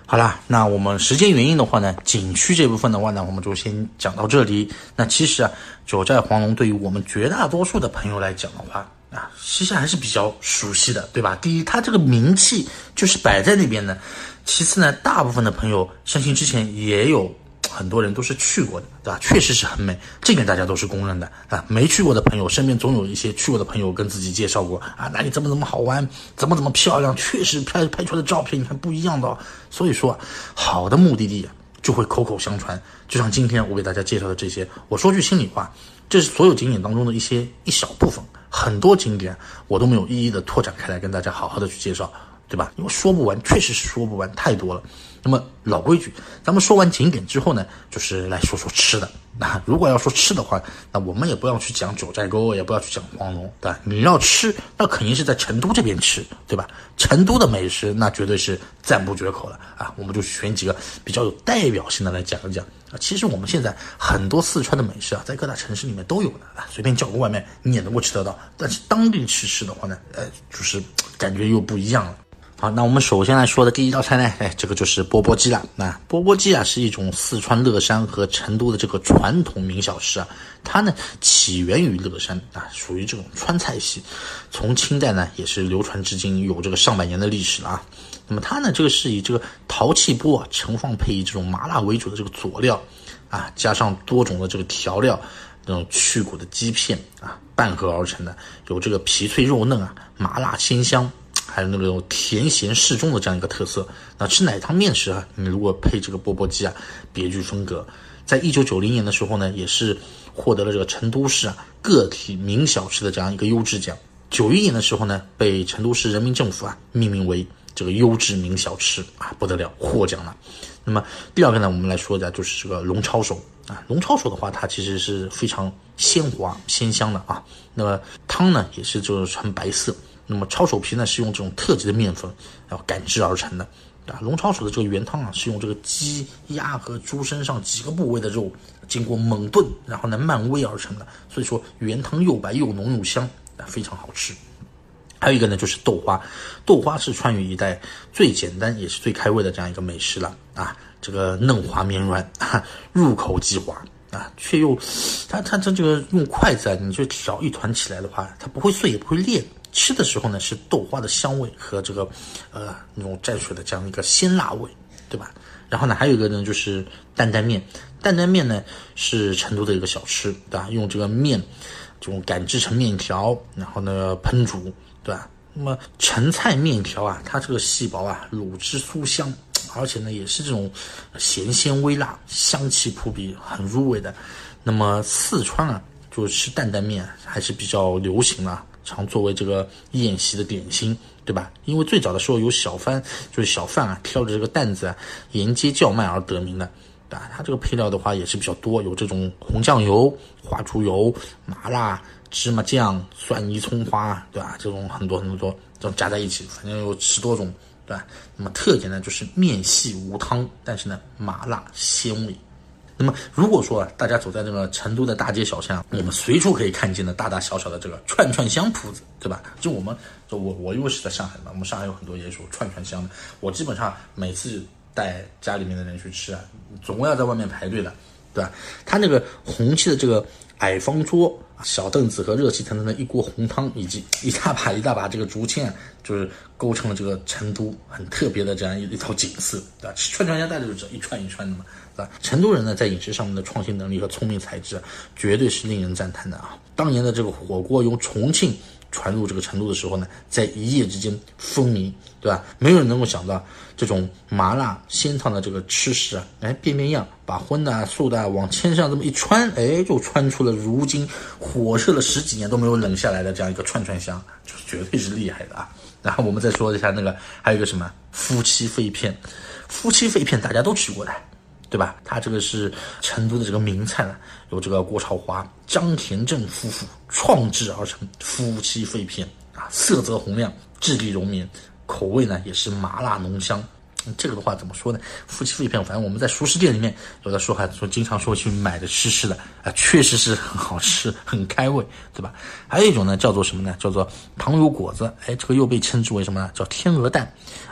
好啦，那我们时间原因的话呢，景区这部分的话呢，我们就先讲到这里。那其实啊，九寨黄龙对于我们绝大多数的朋友来讲的话啊，其实还是比较熟悉的，对吧？第一，它这个名气就是摆在那边的；其次呢，大部分的朋友相信之前也有很多人都是去过的，对吧？确实是很美，这点大家都是公认的啊。没去过的朋友，身边总有一些去过的朋友跟自己介绍过啊，那里怎么好玩，怎么漂亮，确实拍出来的照片你看不一样的哦。所以说，好的目的地就会口口相传。就像今天我给大家介绍的这些，我说句心里话，这是所有景点当中的一小部分，很多景点我都没有一一的拓展开来跟大家好好的去介绍，对吧？因为说不完，确实是说不完，太多了。那么老规矩，咱们说完景点之后呢，就是来说说吃的。那如果要说吃的话，那我们也不要去讲九寨沟，也不要去讲黄龙，对吧？你要吃，那肯定是在成都这边吃，对吧？成都的美食那绝对是赞不绝口了啊！我们就选几个比较有代表性的来讲一讲啊。其实我们现在很多四川的美食啊，在各大城市里面都有的啊，随便叫个外卖你也能够吃得到。但是当地去吃的话呢，就是感觉又不一样了。好，那我们首先来说的第一道菜呢，这个就是钵钵鸡了。那钵钵鸡啊，是一种四川乐山和成都的这个传统名小吃啊。它呢起源于乐山啊，属于这种川菜系，从清代呢也是流传至今，有这个上百年的历史了啊。那么它呢，这个是以这个陶器钵啊盛放配以这种麻辣为主的这个佐料啊，加上多种的这个调料，那种去骨的鸡片啊，拌合而成的，有这个皮脆肉嫩啊，麻辣鲜香。还有那种甜咸适中的这样一个特色。那吃奶汤面时啊，你如果配这个钵钵鸡啊，别具风格。在1990年的时候呢，也是获得了这个成都市啊个体名小吃的这样一个优质奖。91年的时候呢，被成都市人民政府啊命名为这个优质名小吃啊，不得了，获奖了。那么第二个呢，我们来说的就是这个龙抄手啊。龙抄手的话，它其实是非常鲜滑鲜香的啊。那么汤呢，也是就是纯白色。那么抄手皮呢，是用这种特级的面粉然后擀制而成的啊。龙抄手的这个原汤啊，是用这个鸡、鸭和猪身上几个部位的肉经过猛炖，然后呢慢煨而成的，所以说原汤又白又浓又香啊，非常好吃。还有一个呢，就是豆花。豆花是川渝一带最简单也是最开胃的这样一个美食了啊。这个嫩滑绵软啊，入口即滑啊，却又它这个用筷子啊，你就挑一团起来的话，它不会碎也不会裂。吃的时候呢，是豆花的香味和这个那种蘸水的这样一个鲜辣味，对吧？然后呢，还有一个呢，就是担担面。担担面呢是成都的一个小吃，对吧？用这个面这种擀制成面条，然后呢烹煮，对吧？那么陈菜面条啊，它这个细薄啊，卤汁酥香，而且呢也是这种咸鲜微辣，香气扑鼻，很入味的。那么四川啊，就吃担担面还是比较流行了。常作为这个宴席的点心，对吧？因为最早的时候有小贩啊挑着这个担子啊沿街叫卖而得名的，对吧？它这个配料的话也是比较多，有这种红酱油、花猪油、麻辣、芝麻酱、蒜泥葱花，对吧？这种很多这种加在一起，反正有10多种，对吧？那么特点呢就是面细无汤，但是呢麻辣鲜味。那么如果说大家走在这个成都的大街小巷，我们随处可以看见的大大小小的这个串串香铺子，对吧？就我因为是在上海嘛，我们上海有很多也属串串香的，我基本上每次带家里面的人去吃啊，总共要在外面排队的，对吧？它那个红漆的这个矮方桌、小凳子和热气腾腾的一锅红汤，以及一大把这个竹签啊，就是构成了这个成都很特别的这样一套景色，对吧？吃串串香大家就知道一串一串的嘛。成都人呢，在饮食上面的创新能力和聪明才智绝对是令人赞叹的啊！当年的这个火锅由重庆传入这个成都的时候呢，在一夜之间风靡，对吧？没有人能够想到这种麻辣鲜烫的这个吃食啊，变样，把荤的素的往签上这么一穿，就穿出了如今火热了10几年都没有冷下来的这样一个串串香，就绝对是厉害的啊！然后我们再说一下那个，还有一个什么夫妻肺片，夫妻肺片大家都吃过的。对吧？它这个是成都的这个名菜了，由这个郭朝华、张田正夫妇创制而成夫妻肺片啊，色泽红亮，质地柔绵，口味呢也是麻辣浓香。这个的话怎么说呢？夫妻肺片，反正我们在熟食店里面有的时候还说经常说去买的吃的啊，确实是很好吃，很开胃，对吧？还有一种呢，叫做什么呢？叫做糖油果子，这个又被称之为什么呢？叫天鹅蛋啊。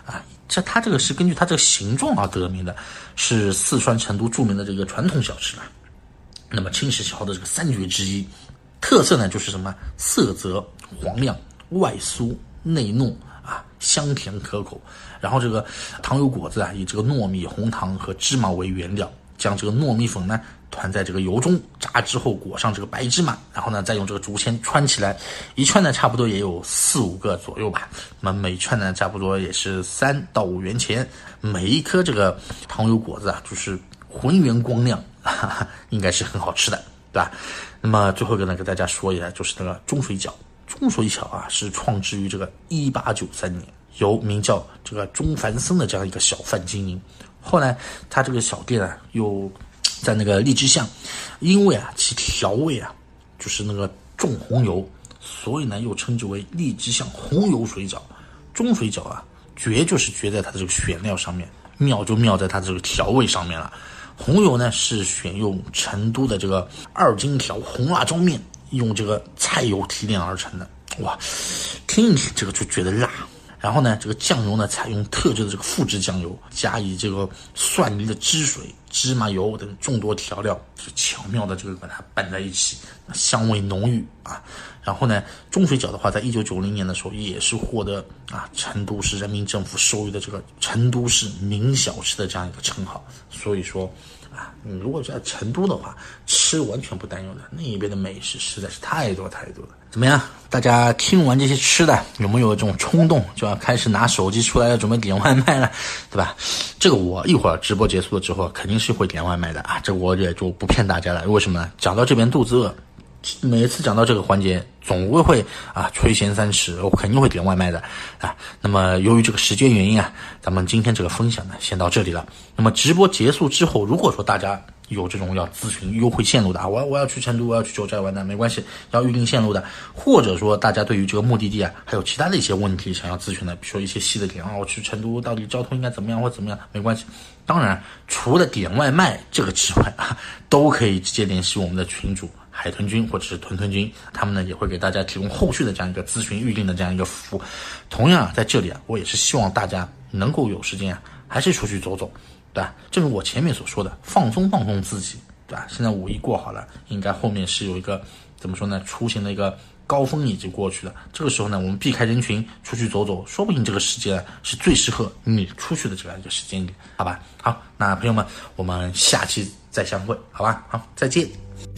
它这个是根据它这个形状而得名的，是四川成都著名的这个传统小吃了。那么青石桥的这个三绝之一，特色呢就是什么？色泽黄亮，外酥内糯啊，香甜可口。然后这个糖油果子啊，以这个糯米、红糖和芝麻为原料，将这个糯米粉呢团在这个油中炸之后，裹上这个白芝麻，然后呢再用这个竹签穿起来，一串呢差不多也有4、5个左右吧。那么每串呢差不多也是3到5元钱。每一颗这个糖油果子啊，就是浑圆光亮，应该是很好吃的，对吧？那么最后一个呢，给大家说一下，就是那个钟水饺。钟水饺啊，是创制于这个1893年，由名叫这个钟凡森的这样一个小贩经营。后来他这个小店啊，又在那个荔枝巷，因为啊其调味啊就是那个重红油，所以呢又称之为荔枝巷红油水饺。钟水饺啊，绝就是绝在它的这个选料上面，妙就妙在它的这个调味上面了。红油呢是选用成都的这个2荆条红辣椒面，用这个菜油提炼而成的。哇，听一听这个就觉得辣。然后呢，这个酱油呢采用特制的这个复制酱油，加以这个蒜泥的汁水、芝麻油等众多调料，就巧妙的这个把它拌在一起，香味浓郁啊。然后呢，钟水饺的话，在1990年的时候也是获得啊成都市人民政府授予的这个成都市名小吃的这样一个称号。所以说啊，你如果在成都的话，吃完全不担忧的，那一边的美食实在是太多太多了。怎么样？大家听完这些吃的，有没有这种冲动就要开始拿手机出来要准备点外卖了，对吧？这个我一会儿直播结束了之后，肯定是会点外卖的啊，这个我也就不骗大家了。为什么呢？讲到这边肚子饿，每次讲到这个环节，总会啊垂涎三尺，我肯定会点外卖的啊。那么由于这个时间原因啊，咱们今天这个分享呢先到这里了。那么直播结束之后，如果说大家有这种要咨询优惠线路的啊，我要去成都，我要去九寨湾的，没关系，要预定线路的，或者说大家对于这个目的地啊，还有其他的一些问题想要咨询的，比如说一些细的点啊，我去成都到底交通应该怎么样或怎么样，没关系。当然，除了点外卖这个之外啊，都可以直接联系我们的群主海豚君或者是屯屯君，他们呢也会给大家提供后续的这样一个咨询预定的这样一个服务。同样啊，在这里啊，我也是希望大家能够有时间啊，还是出去走走。对吧？正如我前面所说的，放松放松自己，对吧？现在5一过好了，应该后面是有一个怎么说呢？出行的一个高峰已经过去了。这个时候呢，我们避开人群，出去走走，说不定这个时间是最适合你出去的这样一个时间点，好吧？好，那朋友们，我们下期再相会，好吧？好，再见。